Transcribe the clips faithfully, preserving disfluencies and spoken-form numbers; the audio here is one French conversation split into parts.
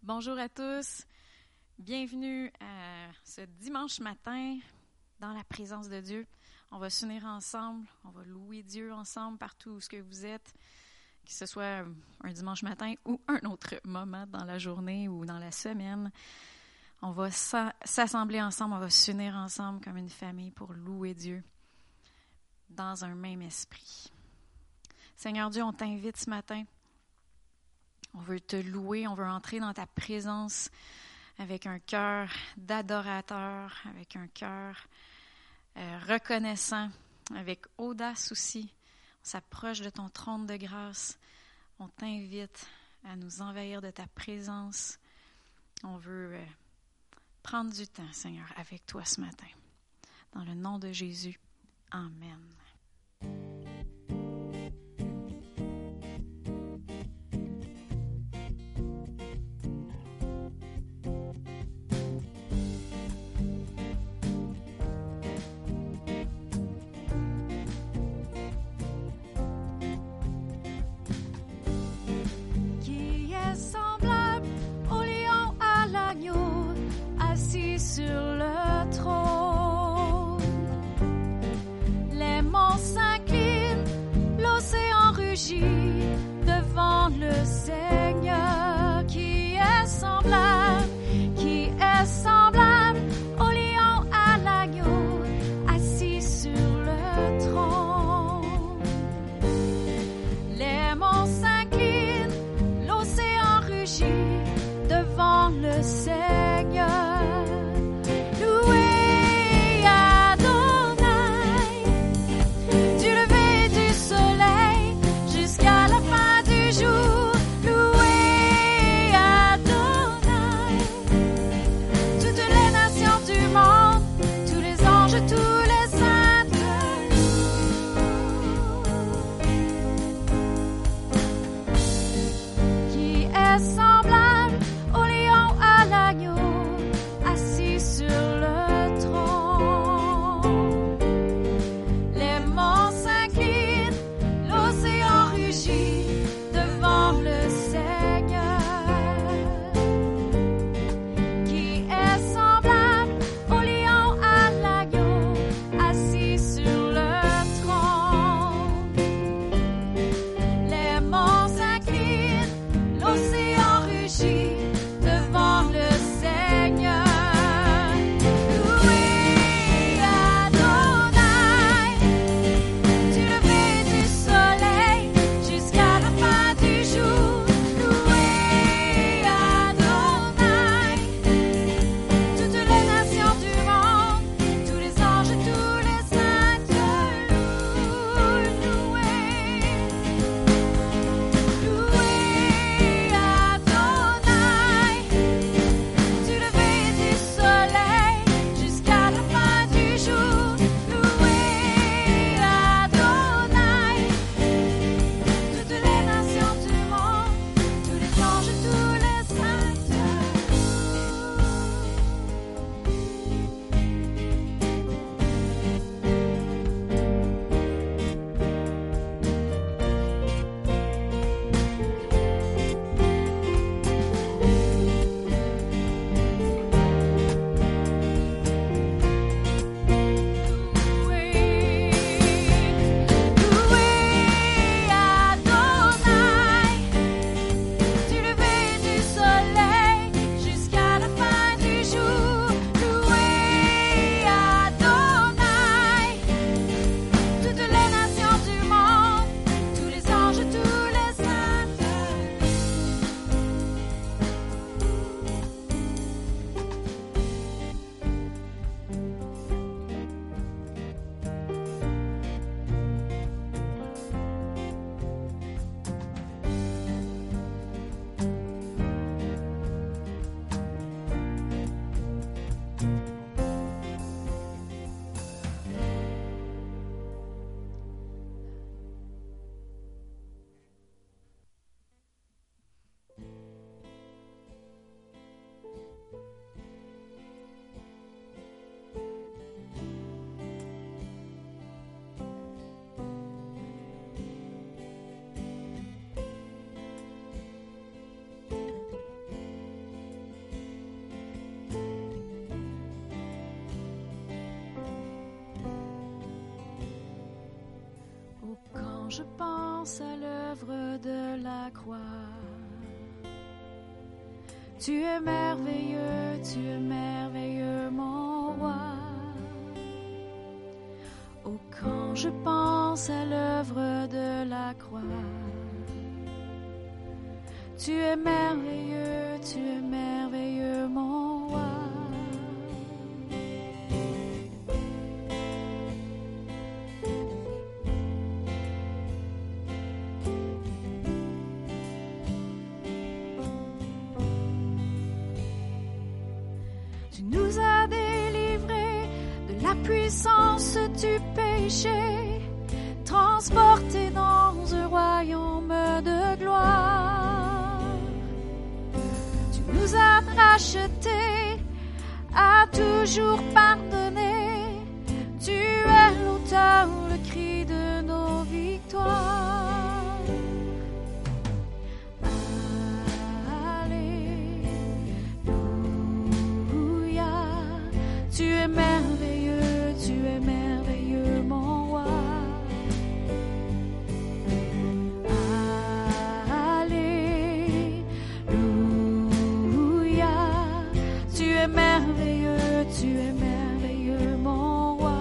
Bonjour à tous, bienvenue à ce dimanche matin dans la présence de Dieu. On va s'unir ensemble, on va louer Dieu ensemble partout où ce que vous êtes, que ce soit un dimanche matin ou un autre moment dans la journée ou dans la semaine. On va s'assembler ensemble, on va s'unir ensemble comme une famille pour louer Dieu dans un même esprit. Seigneur Dieu, on t'invite ce matin. On veut te louer, on veut entrer dans ta présence avec un cœur d'adorateur, avec un cœur euh, reconnaissant, avec audace aussi. On s'approche de ton trône de grâce. On t'invite à nous envahir de ta présence. On veut euh, prendre du temps, Seigneur, avec toi ce matin. Dans le nom de Jésus, Amen. Sur le trône, les monts s'inclinent, l'océan rugit devant le Seigneur qui est semblable, qui est semblable au lion à l'agneau, assis sur le trône. Les monts s'inclinent, l'océan rugit devant le Seigneur. Semblable au lion à l'agneau, pense à l'œuvre de la croix. Tu es merveilleux, tu es merveilleux, mon roi. Oh, quand je pense à l'œuvre de la croix, tu es merveilleux, tu es merveilleux, mon roi. Tu nous as délivrés de la puissance du péché, transportés dans un royaume de gloire. Tu nous as rachetés, à toujours pardonné. Tu es l'auteur, le cri de nos victoires. Tu es merveilleux, tu es merveilleux, mon roi. Alléluia. Tu es merveilleux, tu es merveilleux, mon roi.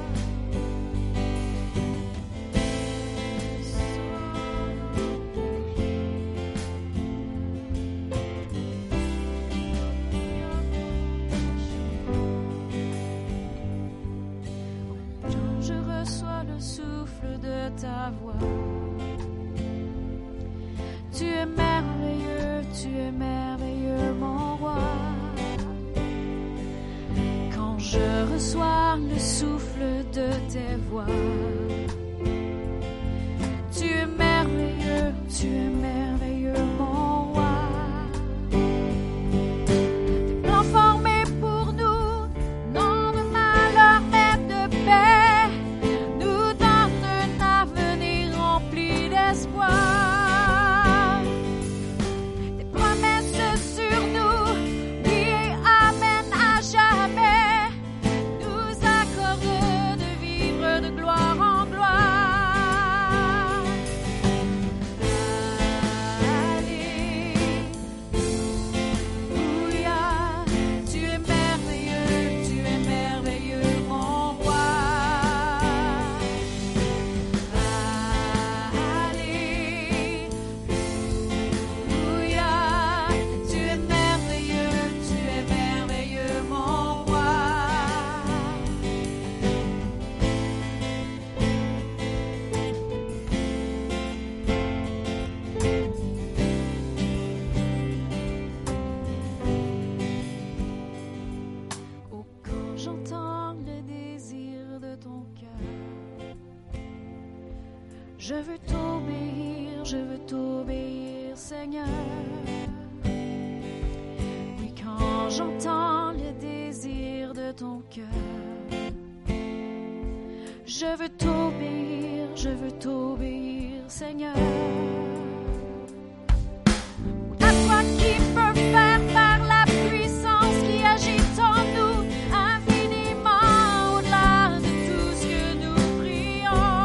Je reçois le souffle de ta voix. Tu es merveilleux, tu es merveilleux, mon roi. Quand je reçois le souffle de tes voix, tu es merveilleux, tu es merveilleux, mon roi. Tes plans formés pour nous, non de malheur mais de paix, nous donne un avenir rempli d'espoir. Tes promesses sur nous, oui et amen à jamais, nous accordent de vivre de gloire en gloire. Alléluia, tu es merveilleux, tu es merveilleux, mon roi. Alléluia, tu es merveilleux, tu es merveilleux, mon roi. Oh, quand j'entends le désir de ton cœur, je veux t'obéir, je veux t'obéir, Seigneur. Oui, quand j'entends le désir de ton cœur, je veux t'obéir, je veux t'obéir, Seigneur. À toi qui peux faire par la puissance qui agite en nous, infiniment au-delà de tout ce que nous prions.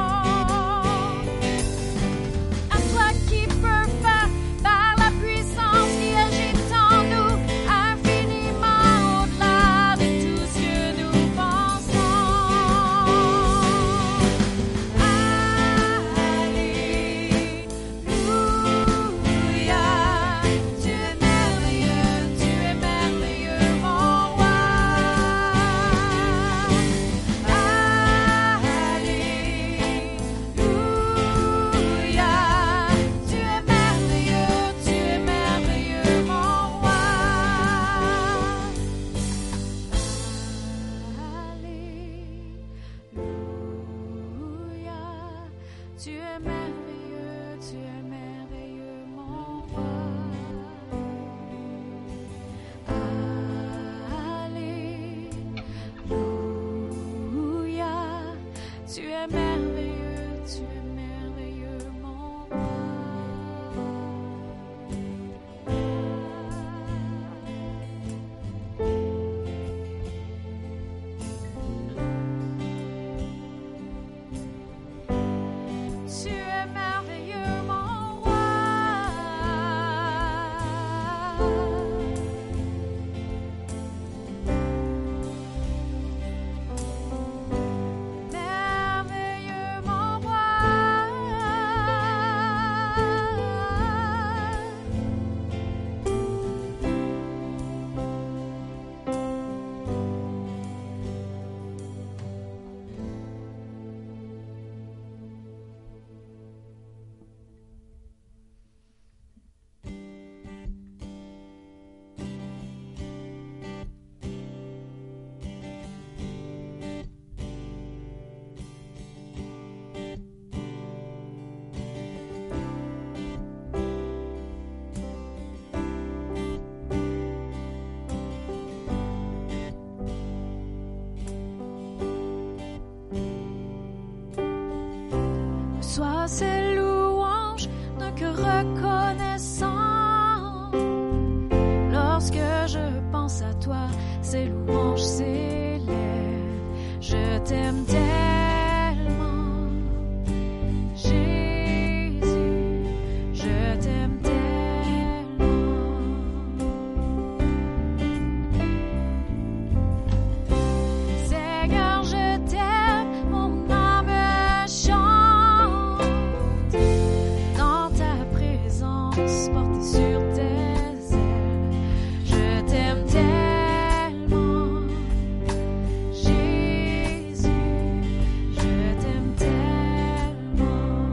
À toi qui peux faire par la puissance qui agite en nous, infiniment au-delà de tout ce que nous pensons. Alléluia. Reçois ces louanges d'un cœur reconnaissant. Lorsque je pense à toi, ces louanges s'élèvent. Je t'aime tellement, Jésus, je t'aime tellement. Seigneur, je t'aime, mon âme chante dans ta présence portée sur tes ailes. Je t'aime tellement, Jésus, je t'aime tellement.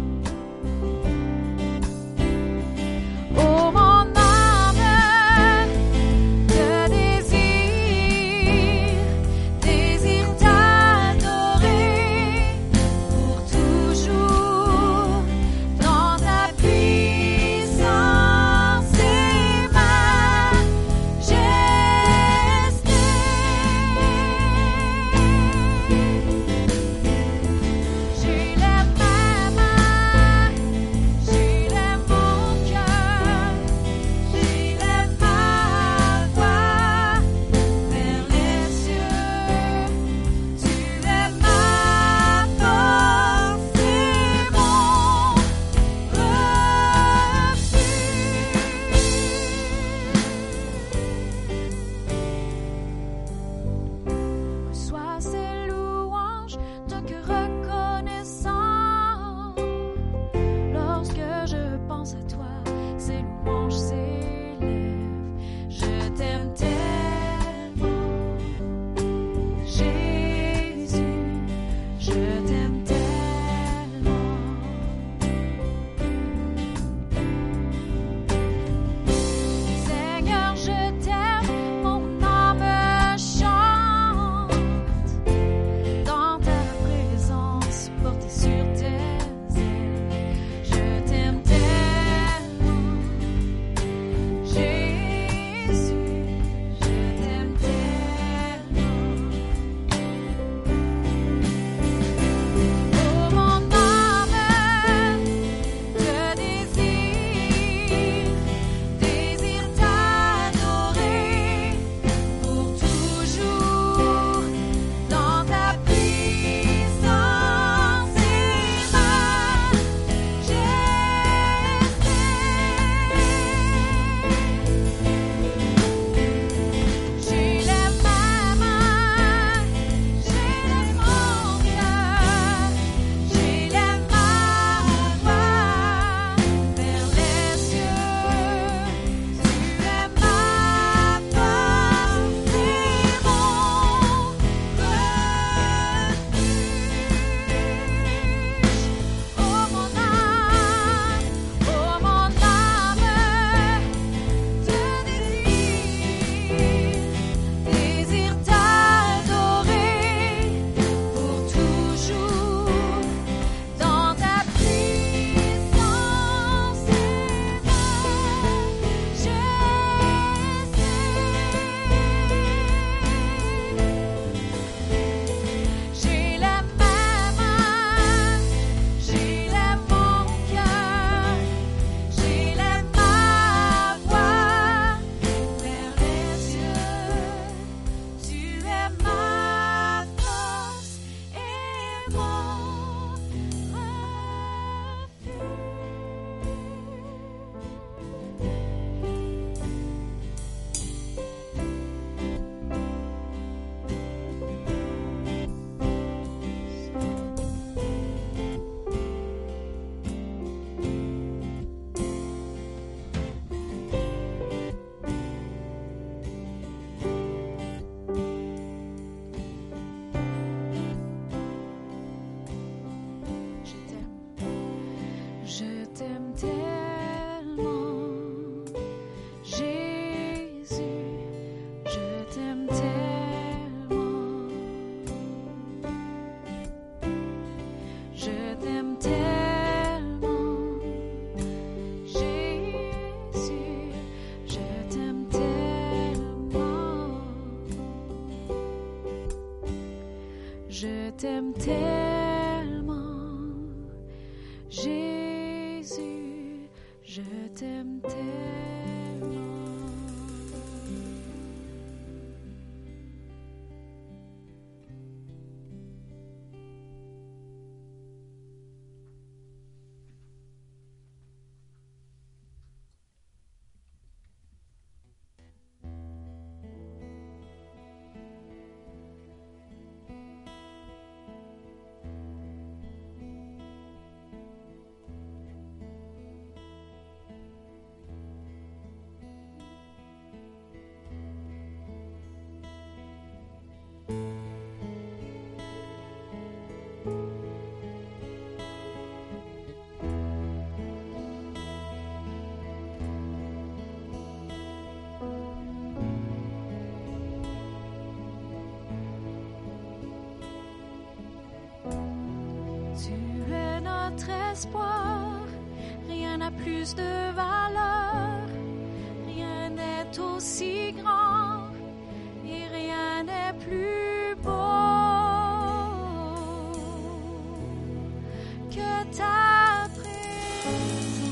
Oh, mon âme te désire, désire t'adorer pour toujours dans ta puissance et majesté. J'élève ma main, j'élève mon cœur, j'élève ma voix vers les cieux. Tu es ma force et mon refuge. Reçois ces louanges d'un cœur reconnaissant. Lorsque je pense à toi, ces louanges s'élèvent. Je t'aime tellement, Jésus, je t'aime tellement. Seigneur, je t'aime, mon âme chante dans ta présence portée sur tes ailes. Je t'aime tellement, Jésus, je t'aime tellement. Oh, mon âme te désire, désire t'adorer pour toujours dans ta puissance et majesté. J'élève ma main, j'élève mon cœur, j'élève ma voix vers les cieux. Tu es ma force et mon refuge. Oh, mon âme, oh, mon âme te désire, désire t'adorer pour toujours dans ta puissance et majesté. J'élève ma main, j'élève mon cœur, j'élève ma voix vers les cieux. Tu es ma force et mon Je t'aime, je t'aime tellement, Jésus, je t'aime tellement. Je t'aime tellement, Jésus, je t'aime tellement. Je t'aime tellement, espoir, rien n'a plus de valeur, rien n'est aussi grand et rien n'est plus beau que ta présence.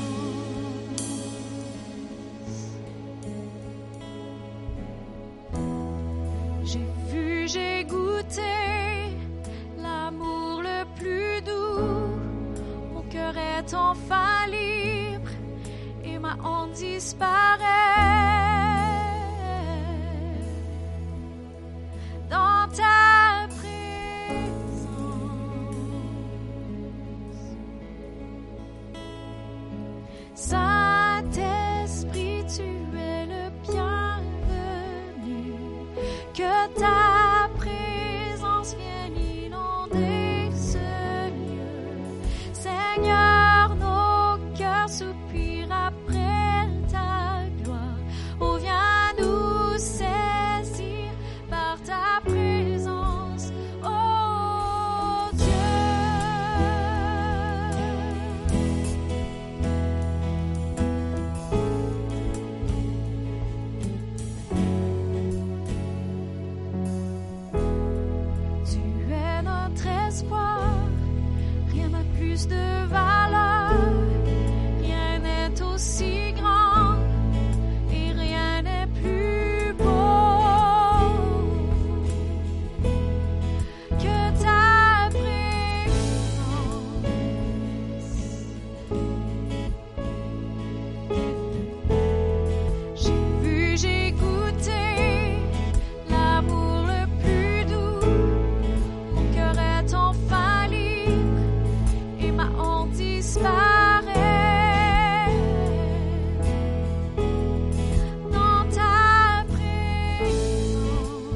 J'ai vu, j'ai goûté l'amour le plus doux. Mon cœur est enfin libre et ma honte disparaît. Dans ta présence, Saint-Esprit, tu es le bienvenu. Que ta présence vienne inonder ce lieu. Seigneur, nos cœurs soupirent après ta gloire. Oh, viens nous saisir par ta présence, oh Dieu. Tu es notre espoir, rien n'a plus de valeur, rien n'est aussi grand et rien n'est plus beau que ta présence. J'ai vu, j'ai goûté l'amour le plus doux. Mon cœur est enfin libre et ma honte disparaît. Dans ta présence,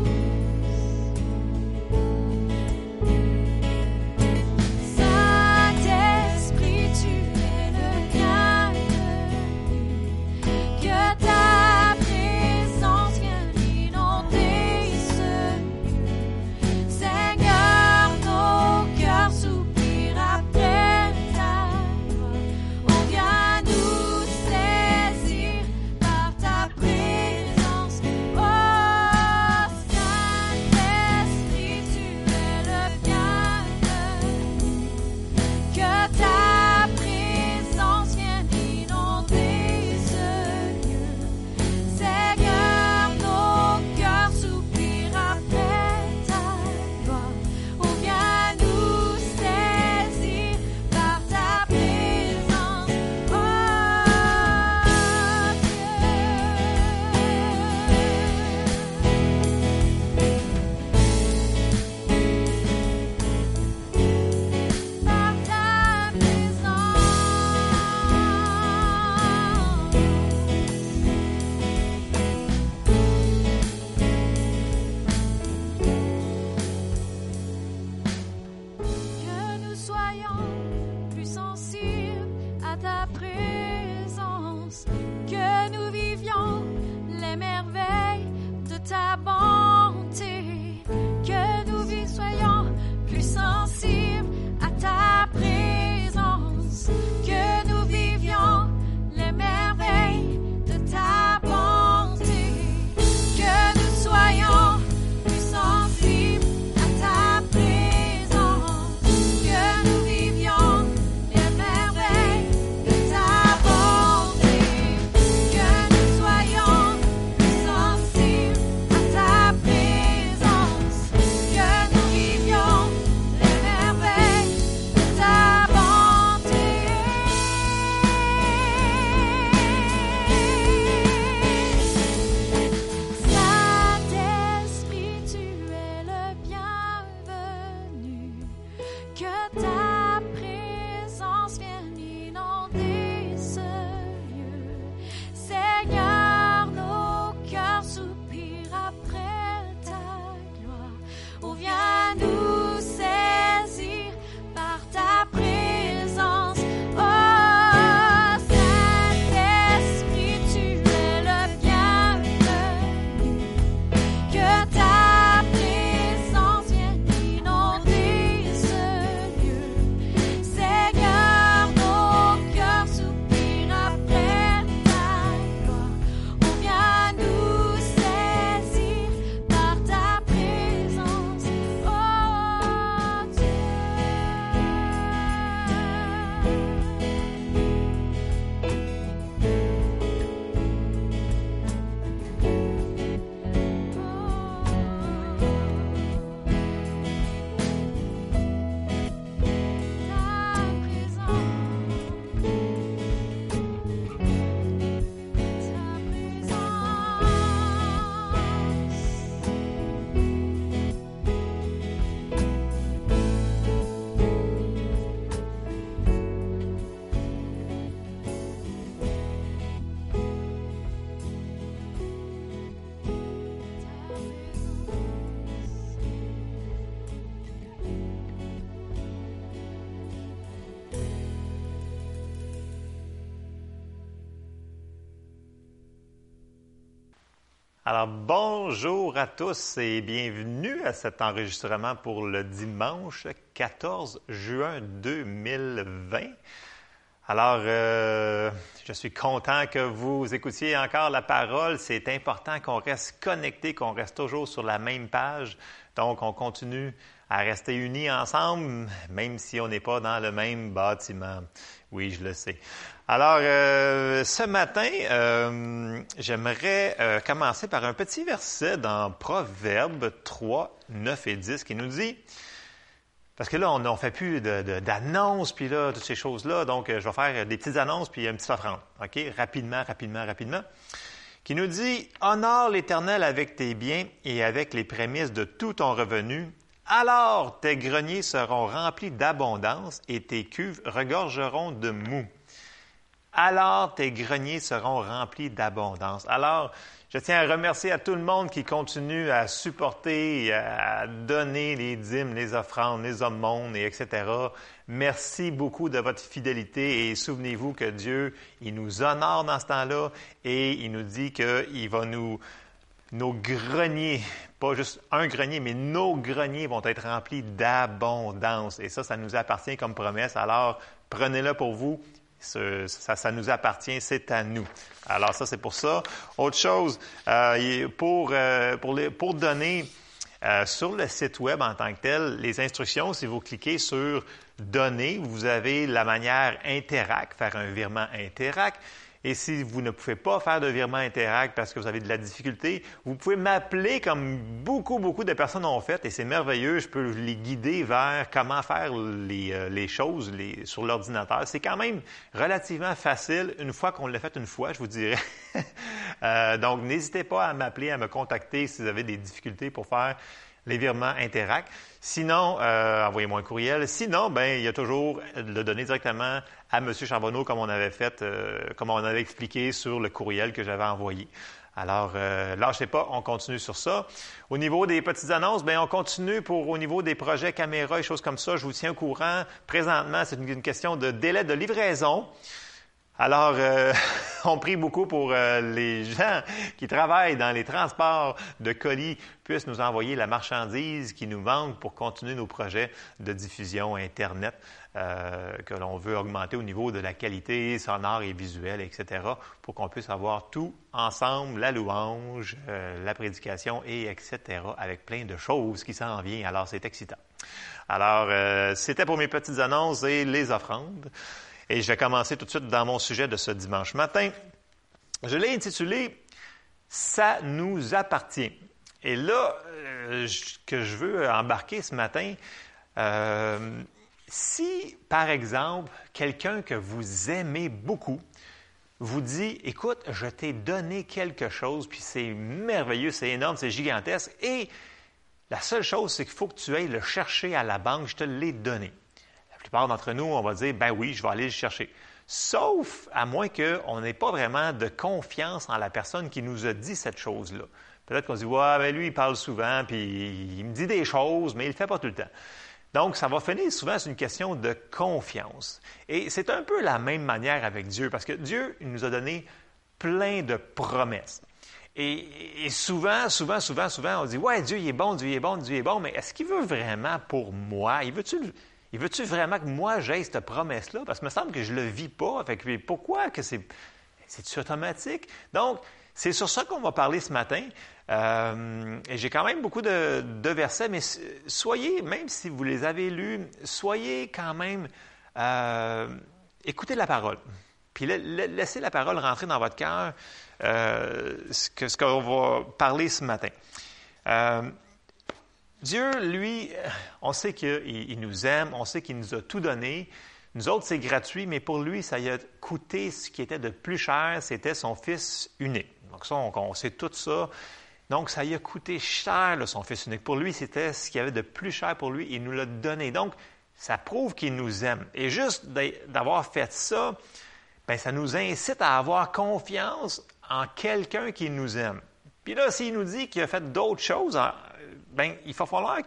Saint-Esprit, tu es le bienvenu. Que ta présence vienne inonder ce lieu. Seigneur, nos cœurs soupirent après ta gloire. On vient nous saisir par ta présence. Oh, Saint-Esprit, tu es le bienvenu. Que ta présence vienne inonder ce lieu. Seigneur, nos cœurs soupirent après ta gloire. On vient nous saisir par ta présence, oh Dieu. Par ta présence. Que nous soyons plus sensibles à ta présence, que nous vivions les merveilles de ta bonté, que nous vi- soyons plus sensibles à ta présence, que nous vivions les merveilles de ta bonté, que nous soyons plus sensibles à ta présence, que nous vivions les merveilles de ta bonté, que nous soyons plus sensibles à ta Alors, bonjour à tous et bienvenue à cet enregistrement pour le dimanche quatorze juin deux mille vingt. Alors, euh, je suis content que vous écoutiez encore la parole. C'est important qu'on reste connecté, qu'on reste toujours sur la même page. Donc, on continue à rester unis ensemble, même si on n'est pas dans le même bâtiment. Oui, je le sais. Alors, euh, ce matin, euh, j'aimerais euh, commencer par un petit verset dans Proverbes trois, neuf et dix qui nous dit, parce que là, on ne fait plus de, de, d'annonces, puis là, toutes ces choses-là, donc je vais faire des petites annonces, puis une petite offrande, OK? Rapidement, rapidement, rapidement. Qui nous dit, « Honore l'Éternel avec tes biens et avec les prémices de tout ton revenu, alors tes greniers seront remplis d'abondance et tes cuves regorgeront de mou. » Alors tes greniers seront remplis d'abondance. Alors, je tiens à remercier à tout le monde qui continue à supporter, à donner les dîmes, les offrandes, les aumônes, et et cetera. Merci beaucoup de votre fidélité et souvenez-vous que Dieu, il nous honore dans ce temps-là et il nous dit qu'il va nous, nos greniers, pas juste un grenier, mais nos greniers vont être remplis d'abondance. Et ça, ça nous appartient comme promesse. Alors, prenez-le pour vous. Ça, ça, ça nous appartient, c'est à nous. Alors ça, c'est pour ça. Autre chose, euh, pour, euh, pour, les, pour donner euh, sur le site web en tant que tel, les instructions, si vous cliquez sur « Donner », vous avez la manière Interact, faire un virement Interact. Et si vous ne pouvez pas faire de virement Interact parce que vous avez de la difficulté, vous pouvez m'appeler comme beaucoup, beaucoup de personnes ont fait et c'est merveilleux. Je peux les guider vers comment faire les, euh, les choses les, sur l'ordinateur. C'est quand même relativement facile une fois qu'on l'a fait une fois, je vous dirais. euh, donc, n'hésitez pas à m'appeler, à me contacter si vous avez des difficultés pour faire les virements Interact. Sinon, euh, envoyez-moi un courriel. Sinon, ben il y a toujours le donner directement à M. Charbonneau comme on avait fait, euh, comme on avait expliqué sur le courriel que j'avais envoyé. Alors, euh, lâchez pas, on continue sur ça. Au niveau des petites annonces, ben on continue pour au niveau des projets caméras et choses comme ça. Je vous tiens au courant. Présentement, c'est une, une question de délai de livraison. Alors, euh, on prie beaucoup pour euh, les gens qui travaillent dans les transports de colis puissent nous envoyer la marchandise qui nous manque pour continuer nos projets de diffusion Internet euh, que l'on veut augmenter au niveau de la qualité sonore et visuelle, et cetera, pour qu'on puisse avoir tout ensemble, la louange, euh, la prédication, et et cetera, avec plein de choses qui s'en viennent. Alors, c'est excitant. Alors, euh, c'était pour mes petites annonces et les offrandes. Et je vais commencer tout de suite dans mon sujet de ce dimanche matin. Je l'ai intitulé « Ça nous appartient ». Et là, euh, que je veux embarquer ce matin, euh, si, par exemple, quelqu'un que vous aimez beaucoup vous dit « Écoute, je t'ai donné quelque chose, puis c'est merveilleux, c'est énorme, c'est gigantesque, et la seule chose, c'est qu'il faut que tu ailles le chercher à la banque, je te l'ai donné. » La plupart d'entre nous, on va dire, ben oui, je vais aller le chercher. Sauf à moins qu'on n'ait pas vraiment de confiance en la personne qui nous a dit cette chose-là. Peut-être qu'on se dit, ouais, ben lui, il parle souvent, puis il me dit des choses, mais il ne le fait pas tout le temps. Donc, ça va finir souvent sur une question de confiance. Et c'est un peu la même manière avec Dieu, parce que Dieu, il nous a donné plein de promesses. Et, et souvent, souvent, souvent, souvent, on dit, ouais, Dieu, il est bon, Dieu, il est bon, Dieu, il est bon, mais est-ce qu'il veut vraiment pour moi? Il veut-tu Il veut-tu vraiment que moi j'aie cette promesse-là? Parce que il me semble que je ne le vis pas. Fait que pourquoi que c'est. C'est-tu automatique? Donc, c'est sur ça qu'on va parler ce matin. Euh, et j'ai quand même beaucoup de, de versets, mais soyez, même si vous les avez lus, soyez quand même. Euh, écoutez la parole. Puis la, la, laissez la parole rentrer dans votre cœur, euh, ce, que, ce qu'on va parler ce matin. Euh, Dieu, lui, on sait qu'il il nous aime, on sait qu'il nous a tout donné. Nous autres, c'est gratuit, mais pour lui, ça lui a coûté ce qui était de plus cher, c'était son Fils unique. Donc ça, on, on sait tout ça. Donc, ça lui a coûté cher, là, son Fils unique. Pour lui, c'était ce qu'il y avait de plus cher pour lui, il nous l'a donné. Donc, ça prouve qu'il nous aime. Et juste d'avoir fait ça, bien, ça nous incite à avoir confiance en quelqu'un qui nous aime. Puis là, s'il nous dit qu'il a fait d'autres choses, bien, il va falloir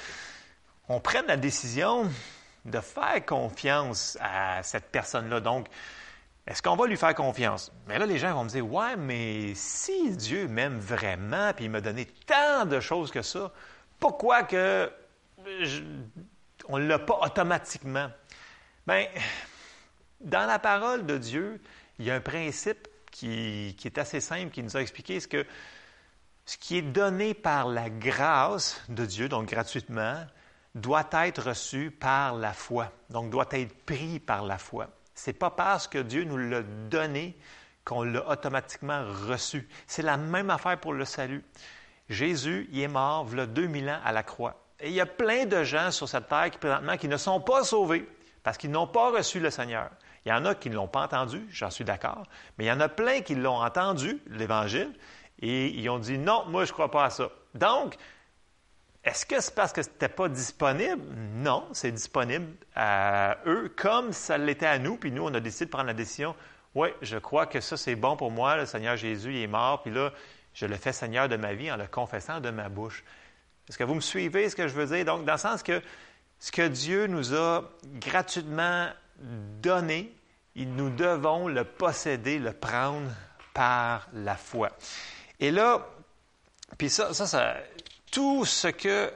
qu'on prenne la décision de faire confiance à cette personne-là. Donc, Est-ce qu'on va lui faire confiance? Mais là, les gens vont me dire, ouais, mais si Dieu m'aime vraiment, puis il m'a donné tant de choses que ça, pourquoi que je, on ne l'a pas automatiquement? Bien, dans la parole de Dieu, il y a un principe qui, qui est assez simple, qui nous a expliqué ce que ce qui est donné par la grâce de Dieu, donc gratuitement, doit être reçu par la foi, donc doit être pris par la foi. Ce n'est pas parce que Dieu nous l'a donné qu'on l'a automatiquement reçu. C'est la même affaire pour le salut. Jésus, il est mort, il y a deux mille ans à la croix. Et il y a plein de gens sur cette terre qui, présentement, qui ne sont pas sauvés parce qu'ils n'ont pas reçu le Seigneur. Il y en a qui ne l'ont pas entendu, j'en suis d'accord, mais il y en a plein qui l'ont entendu, l'Évangile, et ils ont dit « Non, moi, je ne crois pas à ça. » Donc, est-ce que c'est parce que ce n'était pas disponible? Non, c'est disponible à eux comme ça l'était à nous, puis nous, on a décidé de prendre la décision « Oui, je crois que ça, c'est bon pour moi, le Seigneur Jésus, il est mort, puis là, je le fais Seigneur de ma vie en le confessant de ma bouche. » Est-ce que vous me suivez ce que je veux dire? Donc, dans le sens que ce que Dieu nous a gratuitement donné, nous devons le posséder, le prendre par la foi. Et là, puis ça, ça, ça, tout ce que...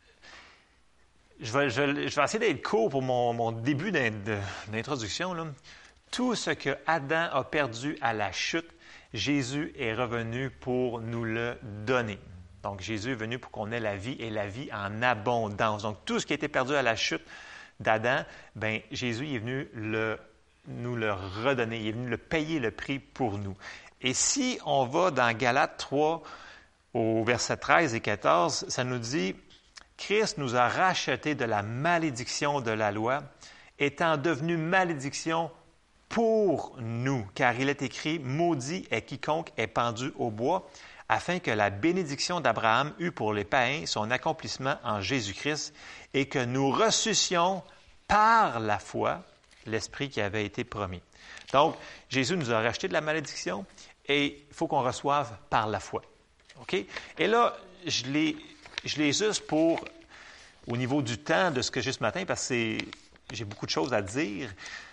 Je vais, je, je vais essayer d'être court pour mon, mon début d'introduction, là. Tout ce que Adam a perdu à la chute, Jésus est revenu pour nous le donner. Donc, Jésus est venu pour qu'on ait la vie et la vie en abondance. Donc, tout ce qui a été perdu à la chute d'Adam, bien, Jésus est venu le, nous le redonner. Il est venu le payer le prix pour nous. Et si on va dans Galates trois, au verset treize et quatorze, ça nous dit « Christ nous a rachetés de la malédiction de la loi, étant devenu malédiction pour nous, car il est écrit « Maudit est quiconque est pendu au bois », afin que la bénédiction d'Abraham eût pour les païens son accomplissement en Jésus-Christ et que nous reçussions par la foi l'Esprit qui avait été promis. » Donc, Jésus nous a racheté de la malédiction et il faut qu'on reçoive par la foi. OK? Et là, je l'ai, je l'ai juste pour, au niveau du temps de ce que j'ai ce matin, parce que c'est, j'ai beaucoup de choses à dire.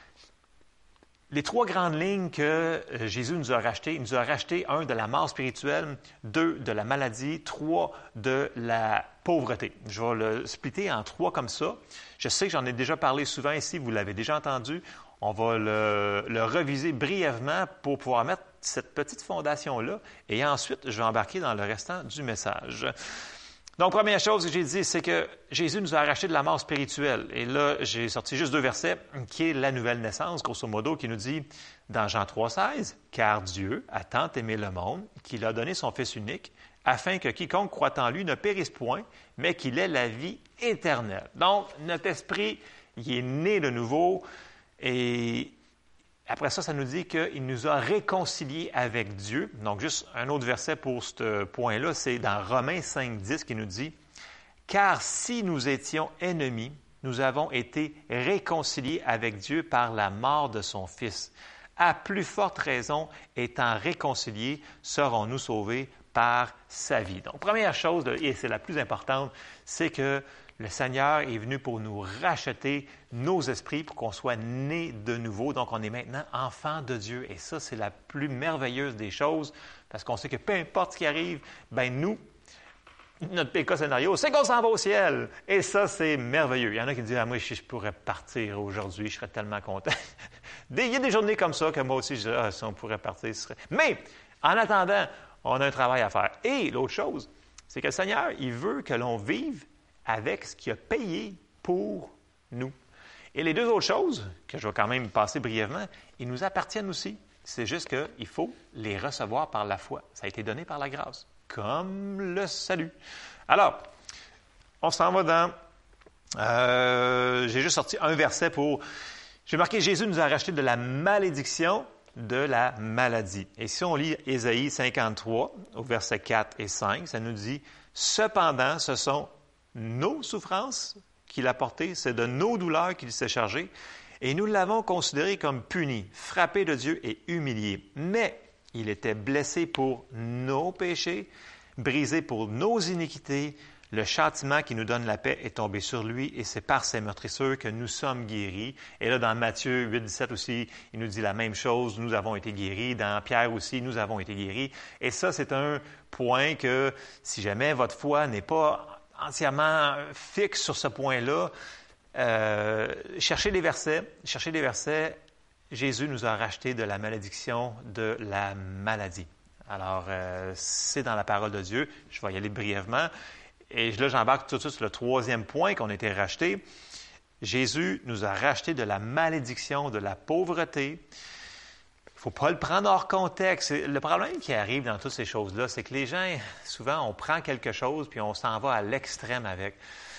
Les trois grandes lignes que Jésus nous a rachetées, il nous a racheté, un, de la mort spirituelle, deux, de la maladie, trois, de la pauvreté. Je vais le splitter en trois comme ça. Je sais que j'en ai déjà parlé souvent ici, vous l'avez déjà entendu. On va le, le reviser brièvement pour pouvoir mettre cette petite fondation-là et ensuite, je vais embarquer dans le restant du message. Donc, première chose que j'ai dit, c'est que Jésus nous a arraché de la mort spirituelle. Et là, j'ai sorti juste deux versets, qui est la nouvelle naissance, grosso modo, qui nous dit dans Jean trois seize, « Car Dieu a tant aimé le monde qu'il a donné son Fils unique, afin que quiconque croit en lui ne périsse point, mais qu'il ait la vie éternelle. » Donc, notre esprit, il est né de nouveau. Et après ça, ça nous dit qu'il nous a réconciliés avec Dieu. Donc, juste un autre verset pour ce point-là, c'est dans Romains cinq dix qui nous dit « Car si nous étions ennemis, nous avons été réconciliés avec Dieu par la mort de son Fils. À plus forte raison, étant réconciliés, serons-nous sauvés par sa vie. » Donc, première chose, et c'est la plus importante, c'est que le Seigneur est venu pour nous racheter nos esprits, pour qu'on soit nés de nouveau. Donc, on est maintenant enfants de Dieu. Et ça, c'est la plus merveilleuse des choses, parce qu'on sait que peu importe ce qui arrive, bien nous, notre P K scénario, c'est qu'on s'en va au ciel. Et ça, c'est merveilleux. Il y en a qui disent « Ah, moi, si je pourrais partir aujourd'hui, je serais tellement content. » Il y a des journées comme ça que moi aussi, je dis « Ah, si on pourrait partir, ce serait... » Mais, en attendant, on a un travail à faire. Et l'autre chose, c'est que le Seigneur, il veut que l'on vive avec ce qu'il a payé pour nous. Et les deux autres choses, que je vais quand même passer brièvement, ils nous appartiennent aussi. C'est juste qu'il faut les recevoir par la foi. Ça a été donné par la grâce, comme le salut. Alors, on s'en va dans... Euh, j'ai juste sorti un verset pour... J'ai marqué « Jésus nous a racheté de la malédiction de la maladie ». Et si on lit Ésaïe cinquante-trois, au verset quatre et cinq, ça nous dit « Cependant, ce sont nos souffrances qu'il a portées, c'est de nos douleurs qu'il s'est chargé, et nous l'avons considéré comme puni, frappé de Dieu et humilié. Mais il était blessé pour nos péchés, brisé pour nos iniquités, Le châtiment qui nous donne la paix est tombé sur lui et c'est par ses meurtrissures que nous sommes guéris. Et là, dans Matthieu huit, dix-sept aussi, il nous dit la même chose. Nous avons été guéris. Dans Pierre aussi, nous avons été guéris. Et ça, c'est un point que si jamais votre foi n'est pas entièrement fixe sur ce point-là, euh, cherchez les versets. Cherchez les versets. Jésus nous a rachetés de la malédiction de la maladie. Alors, euh, c'est dans la parole de Dieu. Je vais y aller brièvement. Et là, j'embarque tout de suite sur le troisième point qu'on a été rachetés. Jésus nous a rachetés de la malédiction, de la pauvreté. Il ne faut pas le prendre hors contexte. Le problème qui arrive dans toutes ces choses-là, c'est que les gens, souvent, on prend quelque chose puis on s'en va à l'extrême avec.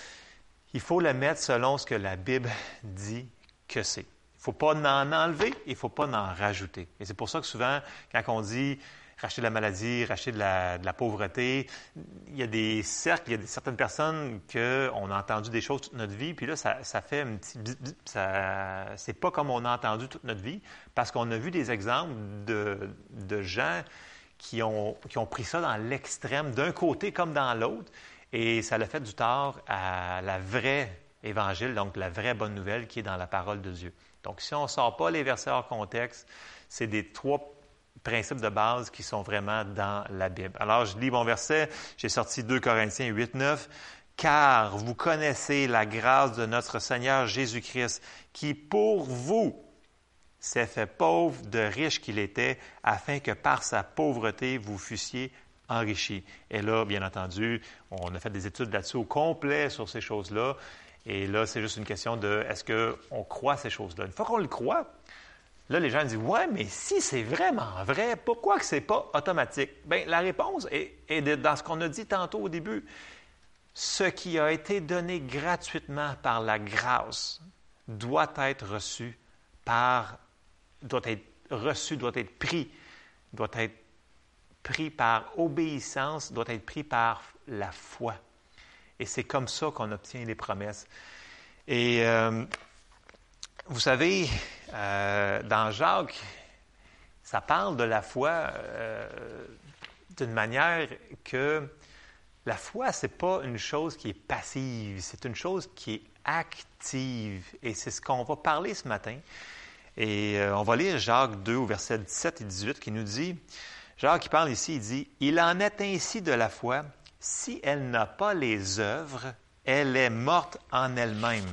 Il faut le mettre selon ce que la Bible dit que c'est. Il ne faut pas en enlever, il ne faut pas en rajouter. Et c'est pour ça que souvent, quand on dit racheter de la maladie, racheter de la, de la pauvreté. Il y a des cercles, il y a des, certaines personnes qu'on a entendu des choses toute notre vie, puis là, ça, ça fait un petit... Ça, c'est pas comme on a entendu toute notre vie, parce qu'on a vu des exemples de, de gens qui ont, qui ont pris ça dans l'extrême, d'un côté comme dans l'autre, et ça l'a fait du tort à la vraie évangile, donc la vraie bonne nouvelle qui est dans la parole de Dieu. Donc, si on ne sort pas les versets hors contexte, c'est des trois principes de base qui sont vraiment dans la Bible. Alors, je lis mon verset. J'ai sorti deux Corinthiens huit, neuf. « Car vous connaissez la grâce de notre Seigneur Jésus-Christ, qui pour vous s'est fait pauvre de riche qu'il était, afin que par sa pauvreté vous fussiez enrichis. » Et là, bien entendu, on a fait des études là-dessus au complet sur ces choses-là. Et là, c'est juste une question de est-ce qu'on croit ces choses-là? Une fois qu'on le croit, là, les gens disent « Ouais, mais si c'est vraiment vrai, pourquoi que ce n'est pas automatique? » Bien, la réponse est, est de, dans ce qu'on a dit tantôt au début. Ce qui a été donné gratuitement par la grâce doit être reçu par, doit être reçu, doit être pris, doit être pris par obéissance, doit être pris par la foi. Et c'est comme ça qu'on obtient les promesses. Et euh, vous savez, euh, dans Jacques, ça parle de la foi euh, d'une manière que la foi, ce n'est pas une chose qui est passive, c'est une chose qui est active. Et c'est ce qu'on va parler ce matin. Et euh, on va lire Jacques deux, au verset dix-sept et dix-huit, qui nous dit, Jacques qui parle ici, il dit, « Il en est ainsi de la foi, si elle n'a pas les œuvres, elle est morte en elle-même.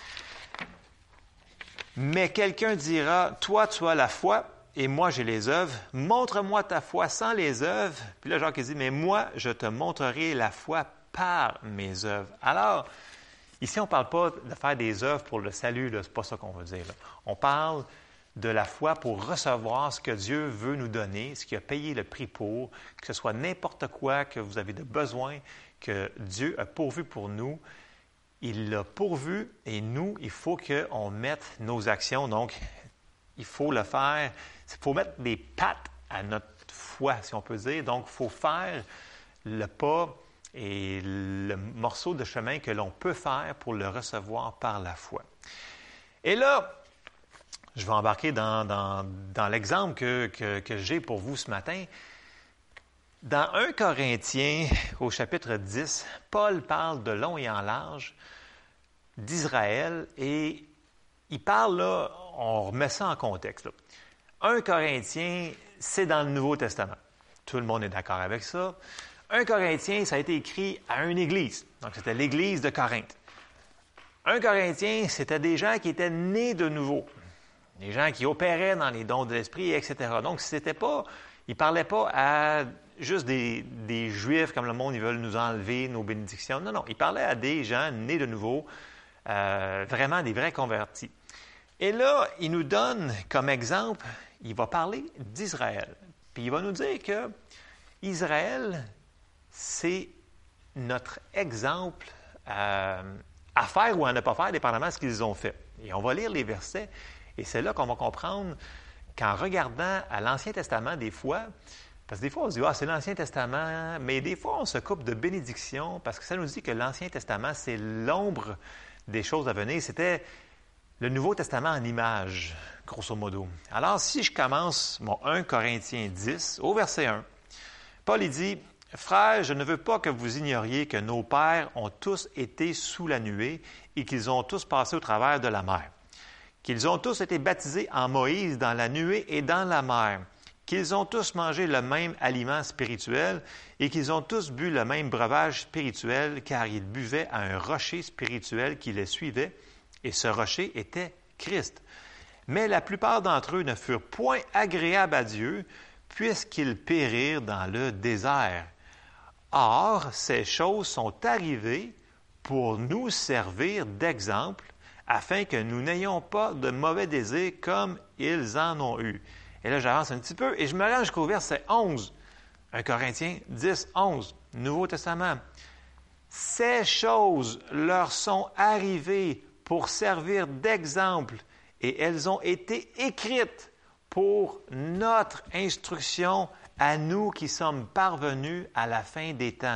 Mais quelqu'un dira, toi, tu as la foi, et moi, j'ai les œuvres. Montre-moi ta foi sans les œuvres. » Puis là, Jacques dit, « Mais moi, je te montrerai la foi par mes œuvres. » Alors, ici, on ne parle pas de faire des œuvres pour le salut, ce n'est pas ça qu'on veut dire. Là. On parle de la foi pour recevoir ce que Dieu veut nous donner, ce qu'il a payé le prix pour, que ce soit n'importe quoi que vous avez de besoin, que Dieu a pourvu pour nous. Il l'a pourvu et nous, il faut qu'on mette nos actions. Donc, il faut le faire. Il faut mettre des pattes à notre foi, si on peut dire. Donc, il faut faire le pas et le morceau de chemin que l'on peut faire pour le recevoir par la foi. Et là, je vais embarquer dans, dans, dans l'exemple que, que, que j'ai pour vous ce matin. Dans Premier Corinthiens, au chapitre dix, Paul parle de long et en large d'Israël et il parle là, on remet ça en contexte. Là. Premier Corinthiens, c'est dans le Nouveau Testament. Tout le monde est d'accord avec ça. Premier Corinthiens, ça a été écrit à une église. Donc, c'était l'église de Corinthe. Premier Corinthiens, c'était des gens qui étaient nés de nouveau. Des gens qui opéraient dans les dons de l'esprit, et cetera. Donc, c'était pas, ils ne parlaient pas à juste des, des Juifs comme le monde, ils veulent nous enlever nos bénédictions. Non, non, ils parlaient à des gens nés de nouveau, euh, vraiment des vrais convertis. Et là, il nous donne comme exemple, il va parler d'Israël. Puis il va nous dire que Israël, c'est notre exemple euh, à faire ou à ne pas faire, dépendamment de ce qu'ils ont fait. Et on va lire les versets. Et c'est là qu'on va comprendre qu'en regardant à l'Ancien Testament, des fois, parce que des fois, on se dit, ah, c'est l'Ancien Testament, mais des fois, on se coupe de bénédictions parce que ça nous dit que l'Ancien Testament, c'est l'ombre des choses à venir. C'était le Nouveau Testament en images, grosso modo. Alors, si je commence mon Premier Corinthiens dix, au verset un, Paul il dit, « Frères, je ne veux pas que vous ignoriez que nos pères ont tous été sous la nuée et qu'ils ont tous passé au travers de la mer, qu'ils ont tous été baptisés en Moïse dans la nuée et dans la mer, qu'ils ont tous mangé le même aliment spirituel et qu'ils ont tous bu le même breuvage spirituel, car ils buvaient à un rocher spirituel qui les suivait, et ce rocher était Christ. Mais la plupart d'entre eux ne furent point agréables à Dieu, puisqu'ils périrent dans le désert. Or, ces choses sont arrivées pour nous servir d'exemple, afin que nous n'ayons pas de mauvais désirs comme ils en ont eu. » Et là, j'avance un petit peu et je me rends jusqu'au verset onze. un Corinthiens dix, onze, Nouveau Testament. « Ces choses leur sont arrivées pour servir d'exemple, et elles ont été écrites pour notre instruction à nous qui sommes parvenus à la fin des temps. »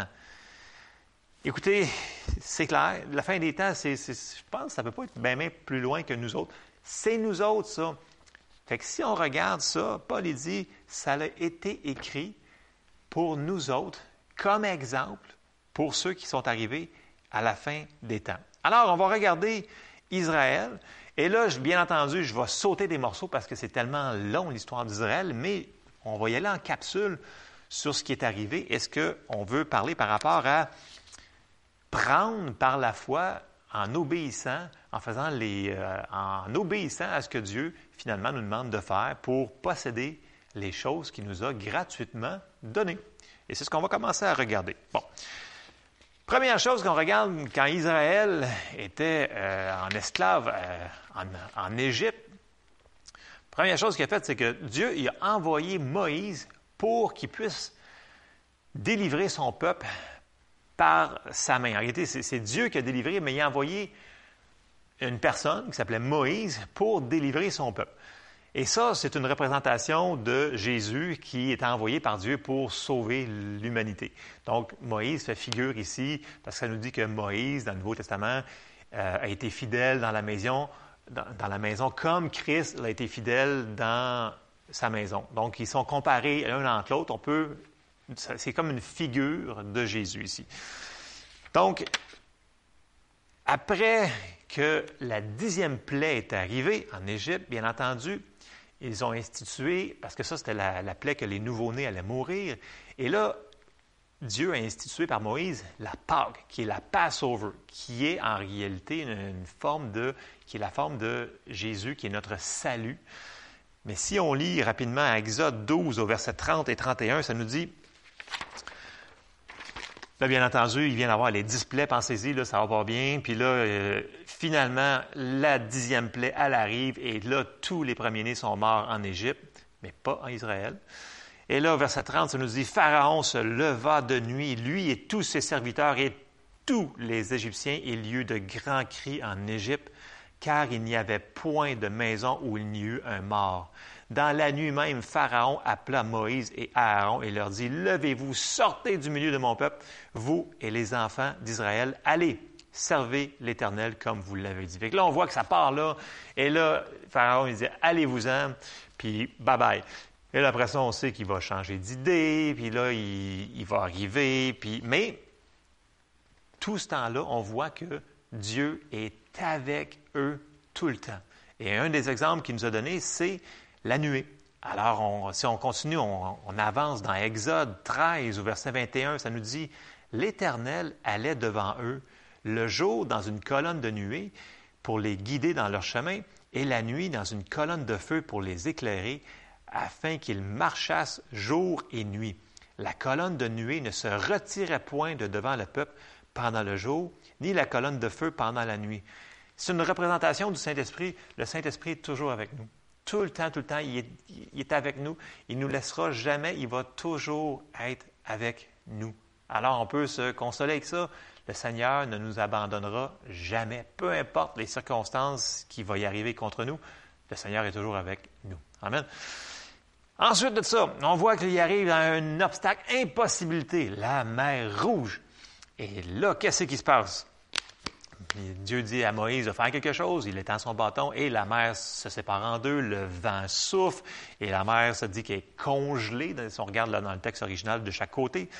Écoutez, c'est clair, la fin des temps, c'est, c'est, je pense que ça ne peut pas être bien, bien plus loin que nous autres. C'est nous autres, ça. Fait que si on regarde ça, Paul il dit, ça a été écrit pour nous autres, comme exemple, pour ceux qui sont arrivés à la fin des temps. Alors, on va regarder Israël. Et là, bien entendu, je vais sauter des morceaux parce que c'est tellement long, l'histoire d'Israël, mais on va y aller en capsule sur ce qui est arrivé. Est-ce qu'on veut parler par rapport à prendre par la foi en obéissant, en faisant les, euh, en obéissant à ce que Dieu, finalement, nous demande de faire pour posséder les choses qu'il nous a gratuitement données. Et c'est ce qu'on va commencer à regarder. Bon. Première chose qu'on regarde, quand Israël était euh, en esclave euh, en, en Égypte, première chose qu'il a faite, c'est que Dieu il a envoyé Moïse pour qu'il puisse délivrer son peuple par sa main. En réalité, c'est, c'est Dieu qui a délivré, mais il a envoyé une personne qui s'appelait Moïse pour délivrer son peuple. Et ça, c'est une représentation de Jésus qui est envoyé par Dieu pour sauver l'humanité. Donc, Moïse fait figure ici, parce que ça nous dit que Moïse, dans le Nouveau Testament, euh, a été fidèle dans la maison, dans, dans la maison, comme Christ a été fidèle dans sa maison. Donc, ils sont comparés l'un entre l'autre. On peut, c'est comme une figure de Jésus ici. Donc, après que la dixième plaie est arrivée en Égypte, bien entendu, ils ont institué, parce que ça, c'était la, la plaie que les nouveau-nés allaient mourir. Et là, Dieu a institué par Moïse la Pâque, qui est la Passover, qui est en réalité une, une forme de, qui est la forme de Jésus, qui est notre salut. Mais si on lit rapidement à Exode douze, au verset trente et trente et un, ça nous dit, là, bien entendu, il vient d'avoir les dix plaies, pensez-y, là, ça va pas bien. Puis là, euh, finalement, la dixième plaie, elle arrive, et là, tous les premiers-nés sont morts en Égypte, mais pas en Israël. Et là, au verset trente, ça nous dit, « Pharaon se leva de nuit, lui et tous ses serviteurs et tous les Égyptiens, et il y eut de grands cris en Égypte, car il n'y avait point de maison où il n'y eut un mort. Dans la nuit même, Pharaon appela Moïse et Aaron et leur dit, « Levez-vous, sortez du milieu de mon peuple, vous et les enfants d'Israël, allez, servez l'Éternel comme vous l'avez dit. » Fait que là, on voit que ça part là, et là, Pharaon, il dit, « Allez-vous-en, puis bye-bye. » Et là, après ça, on sait qu'il va changer d'idée, puis là, il, il va arriver, puis... Mais, tout ce temps-là, on voit que Dieu est avec eux tout le temps. Et un des exemples qu'il nous a donné, c'est la nuée. Alors, on, si on continue, on, on avance dans Exode treize, au verset vingt et un, ça nous dit, « L'Éternel allait devant eux le jour dans une colonne de nuée pour les guider dans leur chemin, et la nuit dans une colonne de feu pour les éclairer, afin qu'ils marchassent jour et nuit. La colonne de nuée ne se retirait point de devant le peuple pendant le jour, ni la colonne de feu pendant la nuit. » C'est une représentation du Saint-Esprit. Le Saint-Esprit est toujours avec nous. Tout le temps, tout le temps, il est, il est avec nous. Il ne nous laissera jamais. Il va toujours être avec nous. Alors, on peut se consoler avec ça. Le Seigneur ne nous abandonnera jamais. Peu importe les circonstances qui vont y arriver contre nous, le Seigneur est toujours avec nous. Amen. Ensuite de ça, on voit qu'il y arrive à un obstacle, impossibilité, la mer Rouge. Et là, qu'est-ce qui se passe? Dieu dit à Moïse de faire quelque chose, il étend son bâton et la mer se sépare en deux, le vent souffle et la mer se dit qu'elle est congelée, si on regarde là dans le texte original de chaque côté.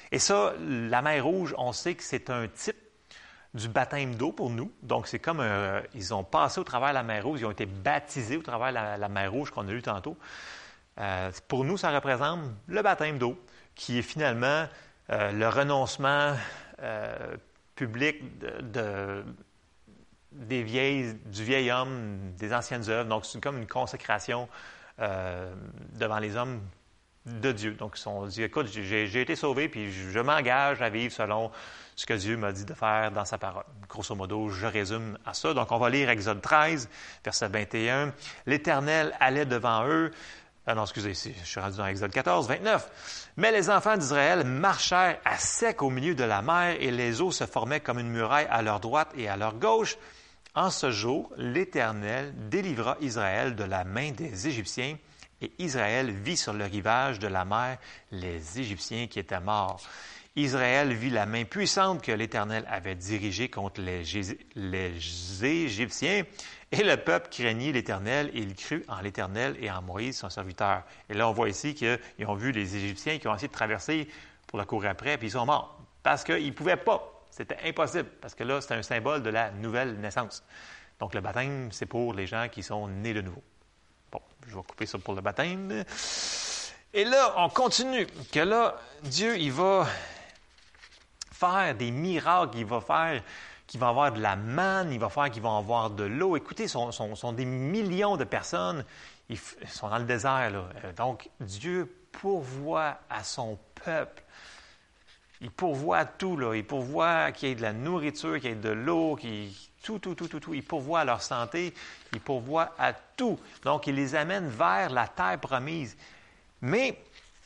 Et ça, la mer Rouge, on sait que c'est un type du baptême d'eau pour nous. Donc, c'est comme un, ils ont passé au travers de la mer Rouge, ils ont été baptisés au travers de la, la mer Rouge qu'on a lu tantôt. Euh, pour nous, ça représente le baptême d'eau, qui est finalement euh, le renoncement euh, public de, de, des vieilles, du vieil homme, des anciennes œuvres. Donc, c'est comme une consécration euh, devant les hommes de Dieu. Donc, ils ont dit, écoute, j'ai, j'ai été sauvé, puis je, je m'engage à vivre selon ce que Dieu m'a dit de faire dans sa parole. Grosso modo, je résume à ça. Donc, on va lire Exode treize, verset vingt et un. « L'Éternel allait devant eux. » Ah non, excusez, je suis rendu dans Exode quatorze, vingt-neuf. « Mais les enfants d'Israël marchèrent à sec au milieu de la mer, et les eaux se formaient comme une muraille à leur droite et à leur gauche. En ce jour, l'Éternel délivra Israël de la main des Égyptiens, et Israël vit sur le rivage de la mer les Égyptiens qui étaient morts. Israël vit la main puissante que l'Éternel avait dirigée contre les, les Égyptiens, et le peuple craignit l'Éternel, et il crut en l'Éternel et en Moïse, son serviteur. » Et là, on voit ici qu'ils ont vu les Égyptiens qui ont essayé de traverser pour la courir après, puis ils sont morts, parce qu'ils ne pouvaient pas. C'était impossible, parce que là, c'était un symbole de la nouvelle naissance. Donc, le baptême, c'est pour les gens qui sont nés de nouveau. Bon, je vais couper ça pour le baptême. Et là, on continue, que là, Dieu, il va faire des miracles, il va faire qu'il va avoir de la manne, il va faire qu'ils vont avoir de l'eau. Écoutez, ce sont, sont, sont des millions de personnes, ils sont dans le désert, là. Donc, Dieu pourvoit à son peuple. Il pourvoit à tout, là. Il pourvoit qu'il y ait de la nourriture, qu'il y ait de l'eau, qu'il... tout, tout, tout, tout, tout. Il pourvoit à leur santé, il pourvoit à tout. Donc, il les amène vers la terre promise. Mais,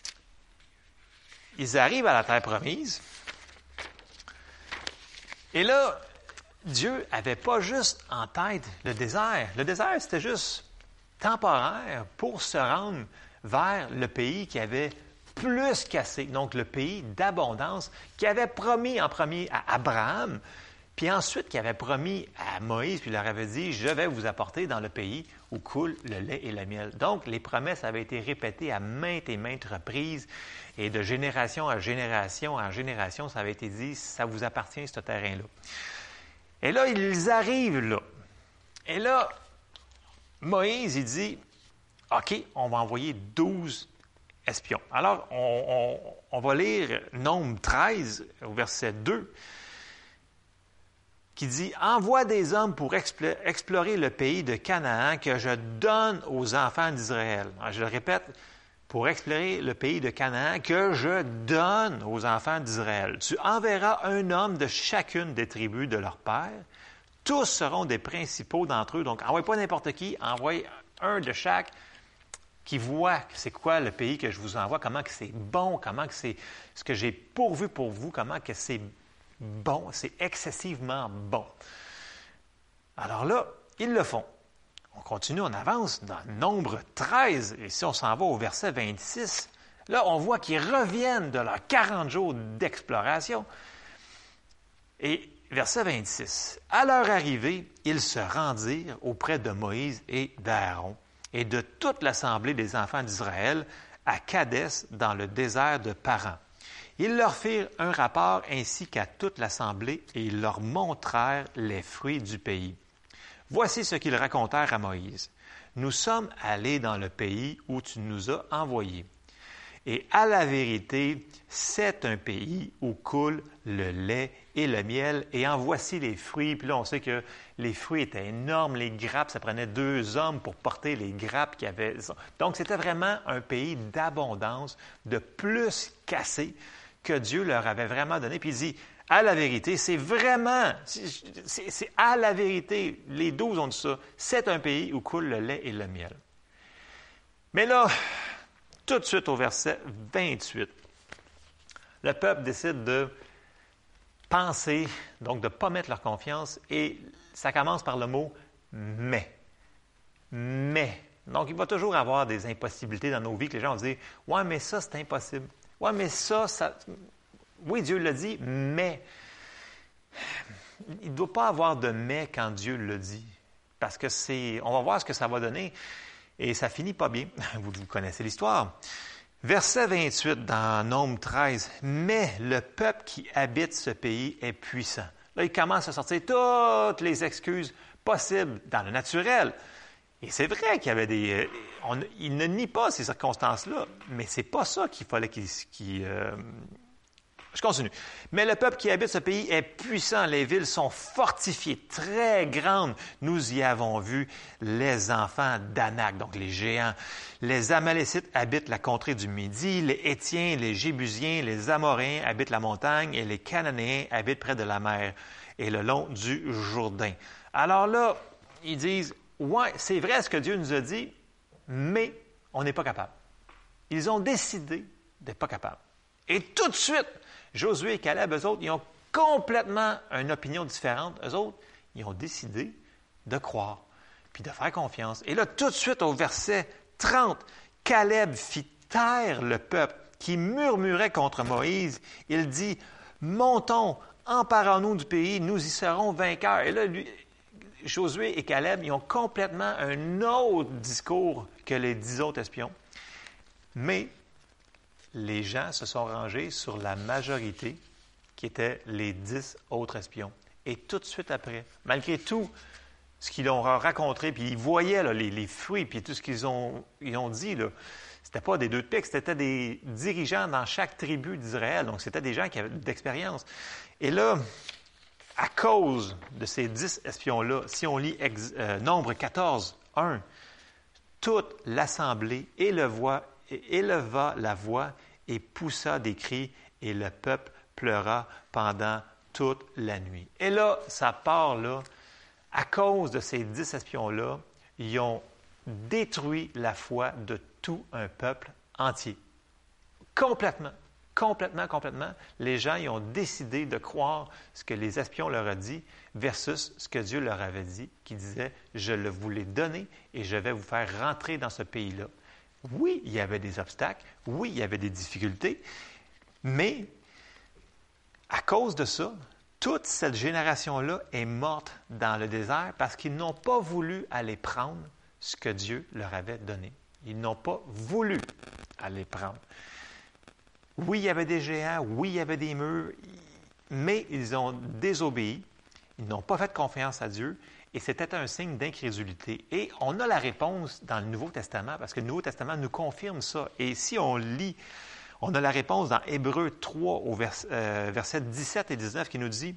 ils arrivent à la terre promise, et là, Dieu n'avait pas juste en tête le désert. Le désert, c'était juste temporaire pour se rendre vers le pays qui avait plus qu'assez, donc le pays d'abondance, qui avait promis en premier à Abraham, puis ensuite qui avait promis à Moïse, puis il leur avait dit, « Je vais vous apporter dans le pays où coule le lait et le miel. » Donc, les promesses avaient été répétées à maintes et maintes reprises, et de génération à génération en génération, ça avait été dit, « Ça vous appartient, ce terrain-là. » Et là, ils arrivent là. Et là, Moïse, il dit, « OK, on va envoyer douze espions. » Alors, on, on, on va lire Nombre treize, au verset deux, qui dit, « Envoie des hommes pour explorer le pays de Canaan que je donne aux enfants d'Israël. » Je le répète, pour explorer le pays de Canaan que je donne aux enfants d'Israël. Tu enverras un homme de chacune des tribus de leur père. Tous seront des principaux d'entre eux. Donc, envoie pas n'importe qui, envoie un de chaque qui voit c'est quoi le pays que je vous envoie, comment que c'est bon, comment que c'est ce que j'ai pourvu pour vous, comment que c'est bon, c'est excessivement bon. Alors là, ils le font. On continue, on avance dans Nombre treize, et si on s'en va au verset vingt-six, là, on voit qu'ils reviennent de leurs quarante jours d'exploration. Et verset vingt-six, « À leur arrivée, ils se rendirent auprès de Moïse et d'Aaron et de toute l'assemblée des enfants d'Israël à Kadès dans le désert de Paran. Ils leur firent un rapport ainsi qu'à toute l'assemblée et ils leur montrèrent les fruits du pays. Voici ce qu'ils racontèrent à Moïse. Nous sommes allés dans le pays où tu nous as envoyés. Et à la vérité, c'est un pays où coule le lait et le miel. Et en voici les fruits. Puis là, on sait que les fruits étaient énormes. Les grappes, ça prenait deux hommes pour porter les grappes qu'il y avait. Donc, c'était vraiment un pays d'abondance, de plus qu'assez, que Dieu leur avait vraiment donné. Puis il dit, à la vérité, c'est vraiment, c'est, c'est à la vérité, les douze ont dit ça, c'est un pays où coule le lait et le miel. Mais là, tout de suite au verset vingt-huit, le peuple décide de penser, donc de ne pas mettre leur confiance, et ça commence par le mot « mais ». Mais. Donc, il va toujours avoir des impossibilités dans nos vies que les gens vont dire « ouais, mais ça, c'est impossible. Ouais, mais ça, ça... » Oui, Dieu l'a dit, mais il ne doit pas avoir de « mais » quand Dieu le dit, parce que c'est... On va voir ce que ça va donner, et ça finit pas bien. Vous, vous connaissez l'histoire. Verset vingt-huit dans Nombre treize. « Mais le peuple qui habite ce pays est puissant. » Là, il commence à sortir toutes les excuses possibles dans le naturel. Et c'est vrai qu'il y avait des... On, il ne nie pas ces circonstances-là, mais c'est pas ça qu'il fallait qu'il... qu'il euh, je continue. « Mais le peuple qui habite ce pays est puissant. Les villes sont fortifiées, très grandes. Nous y avons vu les enfants d'Anak, donc les géants. Les Amalécites habitent la contrée du Midi. Les Hétiens, les Jébusiens, les Amoréens habitent la montagne. Et les Cananéens habitent près de la mer et le long du Jourdain. » Alors là, ils disent, « Ouais, c'est vrai ce que Dieu nous a dit, mais on n'est pas capable. » Ils ont décidé d'être pas capables. Et tout de suite, Josué et Caleb, eux autres, ils ont complètement une opinion différente. Eux autres, ils ont décidé de croire, puis de faire confiance. Et là, tout de suite, au verset trente, Caleb fit taire le peuple qui murmurait contre Moïse. Il dit, « Montons, emparons-nous du pays, nous y serons vainqueurs. » Et là, lui, Josué et Caleb, ils ont complètement un autre discours que les dix autres espions. Mais les gens se sont rangés sur la majorité qui étaient les dix autres espions. Et tout de suite après, malgré tout ce qu'ils ont raconté, puis ils voyaient là, les, les fruits, puis tout ce qu'ils ont, ils ont dit, ce n'était pas des deux de pique, c'était des dirigeants dans chaque tribu d'Israël. Donc, c'était des gens qui avaient d'expérience. Et là, à cause de ces dix espions-là, si on lit ex, euh, Nombre quatorze, un, toute l'assemblée éleva, éleva la voix et poussa des cris, et le peuple pleura pendant toute la nuit. Et là, ça part là, à cause de ces dix espions-là, ils ont détruit la foi de tout un peuple entier. Complètement. Complètement, complètement, les gens ils ont décidé de croire ce que les espions leur ont dit versus ce que Dieu leur avait dit, qui disait « Je le vous l'ai donné et je vais vous faire rentrer dans ce pays-là. » Oui, il y avait des obstacles, oui, il y avait des difficultés, mais à cause de ça, toute cette génération-là est morte dans le désert parce qu'ils n'ont pas voulu aller prendre ce que Dieu leur avait donné. Ils n'ont pas voulu aller prendre. Oui, il y avait des géants, oui, il y avait des murs, mais ils ont désobéi, ils n'ont pas fait confiance à Dieu, et c'était un signe d'incrédulité. Et on a la réponse dans le Nouveau Testament, parce que le Nouveau Testament nous confirme ça. Et si on lit, on a la réponse dans Hébreux trois, au vers, euh, versets dix-sept et dix-neuf, qui nous dit,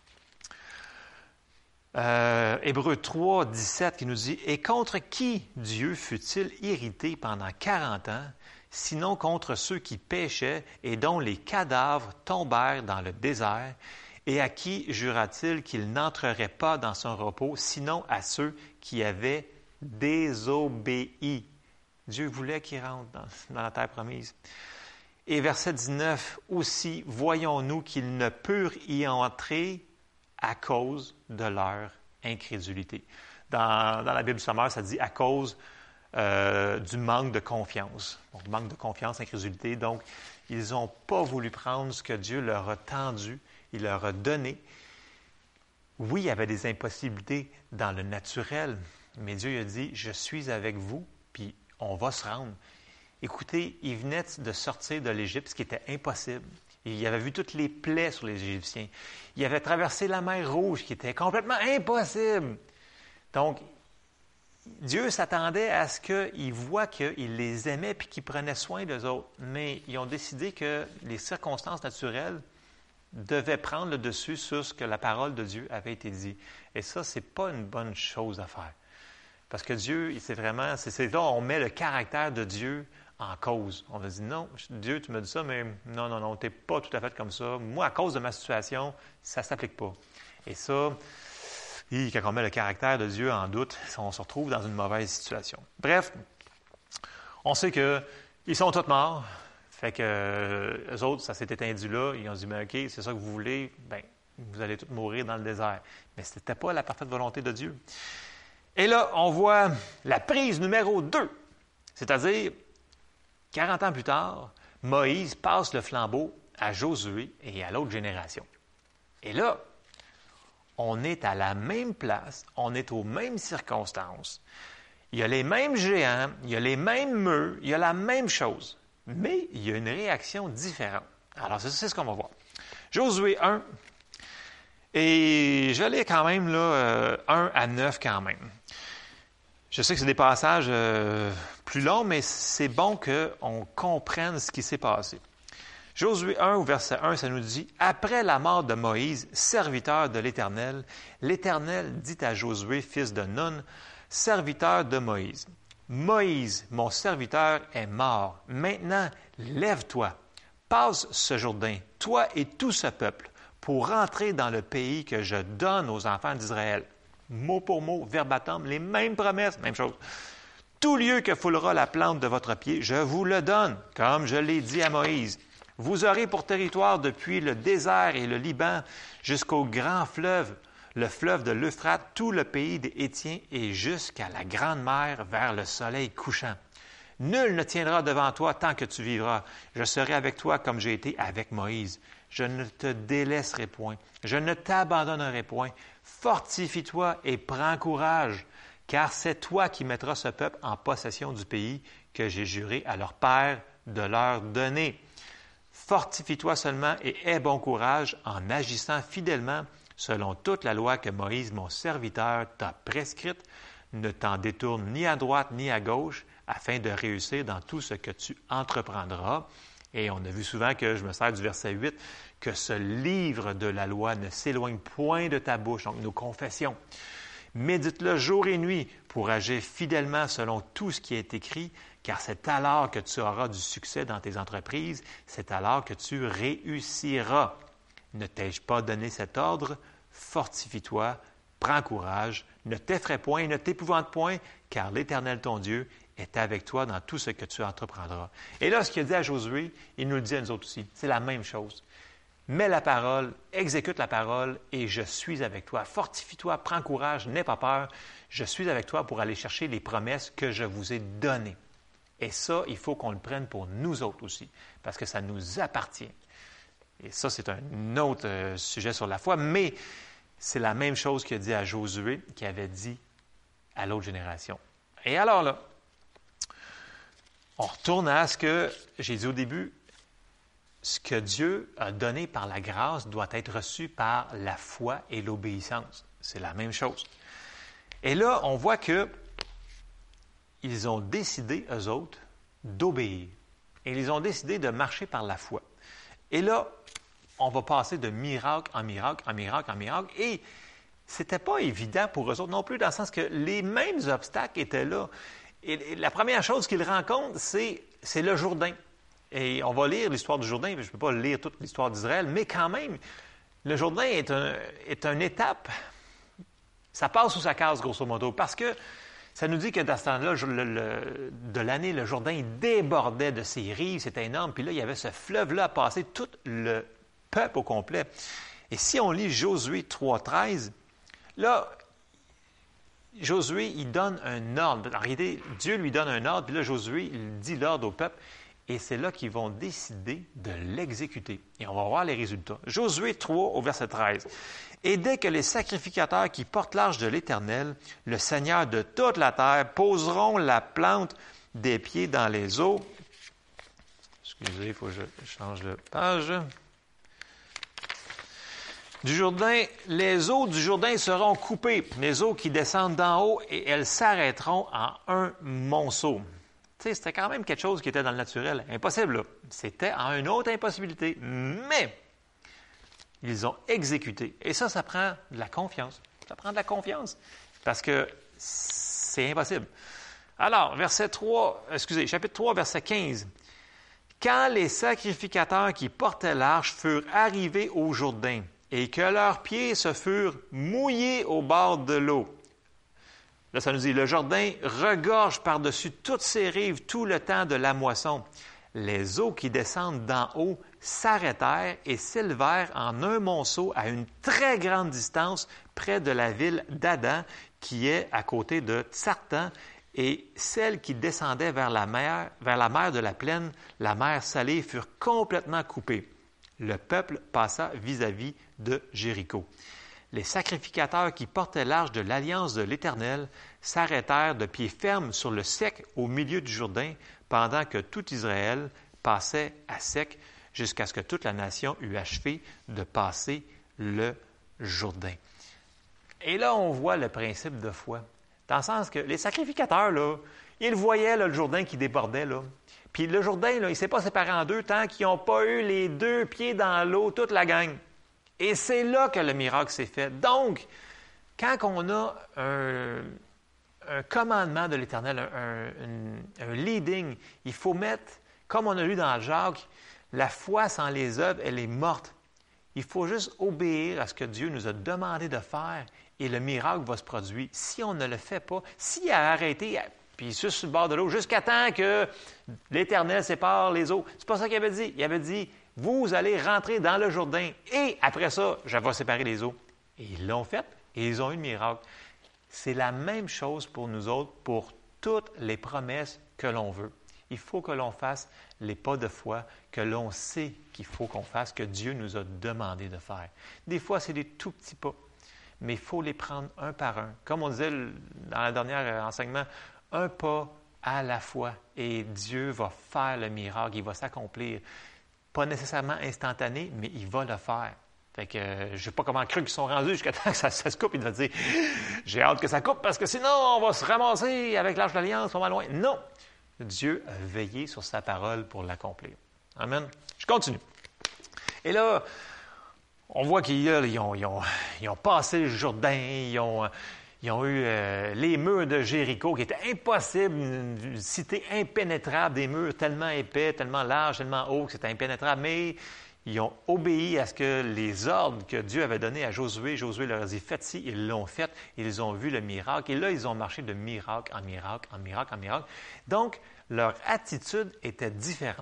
euh, Hébreux trois, dix-sept, qui nous dit, « Et contre qui Dieu fut-il irrité pendant quarante ans, sinon contre ceux qui péchaient et dont les cadavres tombèrent dans le désert, et à qui jura-t-il qu'il n'entrerait pas dans son repos, sinon à ceux qui avaient désobéi. » Dieu voulait qu'ils rentrent dans, dans la terre promise. Et verset dix-neuf, aussi, voyons-nous qu'ils ne purent y entrer à cause de leur incrédulité. Dans, dans la Bible sommaire, ça dit à cause Euh, du manque de confiance. Donc, manque de confiance, incrédulité. Donc, ils n'ont pas voulu prendre ce que Dieu leur a tendu, il leur a donné. Oui, il y avait des impossibilités dans le naturel, mais Dieu a dit, je suis avec vous, puis on va se rendre. Écoutez, ils venaient de sortir de l'Égypte, ce qui était impossible. Il avait vu toutes les plaies sur les Égyptiens. Il avait traversé la mer Rouge, qui était complètement impossible. Donc, Dieu s'attendait à ce qu'ils voient qu'il les aimait et qu'il prenait soin d'eux autres. Mais ils ont décidé que les circonstances naturelles devaient prendre le dessus sur ce que la parole de Dieu avait été dit. Et ça, ce n'est pas une bonne chose à faire. Parce que Dieu, c'est vraiment, c'est, c'est là on met le caractère de Dieu en cause. On va dire, non, Dieu, tu me dis ça, mais non, non, non, tu n'es pas tout à fait comme ça. Moi, à cause de ma situation, ça ne s'applique pas. Et ça... Et quand on met le caractère de Dieu en doute, on se retrouve dans une mauvaise situation. Bref, on sait qu'ils sont tous morts. Fait que euh, eux autres, ça s'est étendu là. Ils ont dit, mais OK, c'est ça que vous voulez, bien, vous allez tous mourir dans le désert. Mais ce n'était pas la parfaite volonté de Dieu. Et là, on voit la prise numéro deux. C'est-à-dire, quarante ans plus tard, Moïse passe le flambeau à Josué et à l'autre génération. Et là, on est à la même place, on est aux mêmes circonstances. Il y a les mêmes géants, il y a les mêmes murs, il y a la même chose. Mais il y a une réaction différente. Alors, c'est, c'est ce qu'on va voir. Josué un, et je l'ai quand même là, euh, un à neuf quand même. Je sais que c'est des passages euh, plus longs, mais c'est bon qu'on comprenne ce qui s'est passé. Josué un, au verset un, ça nous dit « Après la mort de Moïse, serviteur de l'Éternel, l'Éternel dit à Josué, fils de Nun, serviteur de Moïse, « Moïse, mon serviteur, est mort. Maintenant, lève-toi, passe ce Jourdain, toi et tout ce peuple, pour rentrer dans le pays que je donne aux enfants d'Israël. » Mot pour mot, verbatim, les mêmes promesses, même chose. « Tout lieu que foulera la plante de votre pied, je vous le donne, comme je l'ai dit à Moïse. Vous aurez pour territoire depuis le désert et le Liban jusqu'au grand fleuve, le fleuve de l'Euphrate, tout le pays des Hétiens et jusqu'à la grande mer vers le soleil couchant. Nul ne tiendra devant toi tant que tu vivras. Je serai avec toi comme j'ai été avec Moïse. Je ne te délaisserai point. Je ne t'abandonnerai point. Fortifie-toi et prends courage, car c'est toi qui mettras ce peuple en possession du pays que j'ai juré à leur père de leur donner. Fortifie-toi seulement et aie bon courage en agissant fidèlement selon toute la loi que Moïse, mon serviteur, t'a prescrite. Ne t'en détourne ni à droite ni à gauche, afin de réussir dans tout ce que tu entreprendras. » Et on a vu souvent que, je me sers du verset huit, que ce livre de la loi ne s'éloigne point de ta bouche, donc nos confessions. Médite-le jour et nuit pour agir fidèlement selon tout ce qui est écrit, car c'est alors que tu auras du succès dans tes entreprises, c'est alors que tu réussiras. Ne t'ai-je pas donné cet ordre? Fortifie-toi, prends courage, ne t'effraie point et ne t'épouvante point, car l'Éternel ton Dieu est avec toi dans tout ce que tu entreprendras. Et là, ce qu'il a dit à Josué, il nous le dit à nous autres aussi. C'est la même chose. Mets la parole, exécute la parole et je suis avec toi. Fortifie-toi, prends courage, n'aie pas peur. Je suis avec toi pour aller chercher les promesses que je vous ai données. Et ça, il faut qu'on le prenne pour nous autres aussi, parce que ça nous appartient. Et ça, c'est un autre euh, sujet sur la foi, mais c'est la même chose qu'il a dit à Josué, qui avait dit à l'autre génération. Et alors là, on retourne à ce que j'ai dit au début, ce que Dieu a donné par la grâce doit être reçu par la foi et l'obéissance. C'est la même chose. Et là, on voit que ils ont décidé, eux autres, d'obéir. Et ils ont décidé de marcher par la foi. Et là, on va passer de miracle en miracle, en miracle, en miracle. Et c'était pas évident pour eux autres non plus, dans le sens que les mêmes obstacles étaient là. Et la première chose qu'ils rencontrent, c'est, c'est le Jourdain. Et on va lire l'histoire du Jourdain, je ne peux pas lire toute l'histoire d'Israël, mais quand même, le Jourdain est, un, est une étape, ça passe ou ça casse, grosso modo, parce que ça nous dit que dans ce temps-là, le, le, de l'année, le Jourdain il débordait de ses rives, c'était énorme, puis là, il y avait ce fleuve-là à passer, tout le peuple au complet. Et si on lit Josué trois treize, là, Josué, il donne un ordre. En réalité, Dieu lui donne un ordre, puis là, Josué, il dit l'ordre au peuple, et c'est là qu'ils vont décider de l'exécuter. Et on va voir les résultats. Josué trois, au verset treize. « Et dès que les sacrificateurs qui portent l'arche de l'Éternel, le Seigneur de toute la terre, poseront la plante des pieds dans les eaux. » Excusez, il faut que je change de page. Du Jourdain, les eaux du Jourdain seront coupées, les eaux qui descendent d'en haut, et elles s'arrêteront en un monceau. Tu sais, c'était quand même quelque chose qui était dans le naturel. Impossible, là. C'était en une autre impossibilité. Mais ils ont exécuté. Et ça, ça prend de la confiance. Ça prend de la confiance. Parce que c'est impossible. Alors, verset trois, excusez, chapitre trois, verset quinze. Quand les sacrificateurs qui portaient l'arche furent arrivés au Jourdain, et que leurs pieds se furent mouillés au bord de l'eau. Là, ça nous dit, le Jourdain regorge par-dessus toutes ses rives tout le temps de la moisson. Les eaux qui descendent d'en haut s'arrêtèrent et s'élevèrent en un monceau à une très grande distance près de la ville d'Adam, qui est à côté de Tsartan, et celles qui descendaient vers la mer, vers la mer de la plaine, la mer salée, furent complètement coupées. Le peuple passa vis-à-vis de Jéricho. Les sacrificateurs qui portaient l'arche de l'alliance de l'Éternel s'arrêtèrent de pied ferme sur le sec au milieu du Jourdain, pendant que tout Israël passait à sec jusqu'à ce que toute la nation eût achevé de passer le Jourdain. Et là, on voit le principe de foi. Dans le sens que les sacrificateurs, là, ils voyaient là, le Jourdain qui débordait. Là. Puis le Jourdain, là, il ne s'est pas séparé en deux tant qu'ils n'ont pas eu les deux pieds dans l'eau, toute la gang. Et c'est là que le miracle s'est fait. Donc, quand on a un, un commandement de l'Éternel, un, un, un leading, il faut mettre, comme on a lu dans Jacques, la foi sans les œuvres, elle est morte. Il faut juste obéir à ce que Dieu nous a demandé de faire et le miracle va se produire. Si on ne le fait pas, s'il a arrêté, puis il suce sur le bord de l'eau, jusqu'à temps que l'Éternel sépare les eaux, c'est pas ça qu'il avait dit. Il avait dit, vous allez rentrer dans le Jourdain et après ça, je vais séparer les eaux. Et ils l'ont fait et ils ont eu le miracle. C'est la même chose pour nous autres, pour toutes les promesses que l'on veut. Il faut que l'on fasse les pas de foi que l'on sait qu'il faut qu'on fasse, que Dieu nous a demandé de faire. Des fois, c'est des tout petits pas, mais il faut les prendre un par un. Comme on disait dans le dernier enseignement, un pas à la fois et Dieu va faire le miracle, il va s'accomplir. Pas nécessairement instantané, mais il va le faire. Fait que euh, je ne sais pas comment cru qu'ils sont rendus jusqu'à temps que ça, ça se coupe. Il va dire, j'ai hâte que ça coupe parce que sinon, on va se ramasser avec l'Arche de l'Alliance, on va loin. Non! Dieu a veillé sur sa parole pour l'accomplir. Amen. Je continue. Et là, on voit qu'ils ils ont, ils ont, ils ont passé le Jourdain, ils ont, ils ont eu euh, les murs de Jéricho qui étaient impossibles, une cité impénétrable, des murs tellement épais, tellement larges, tellement hauts que c'était impénétrable, mais ils ont obéi à ce que les ordres que Dieu avait donnés à Josué. Josué leur a dit, faites ci, ils l'ont fait, ils ont vu le miracle. Et là, ils ont marché de miracle en miracle, en miracle, en miracle. Donc, leur attitude était différente.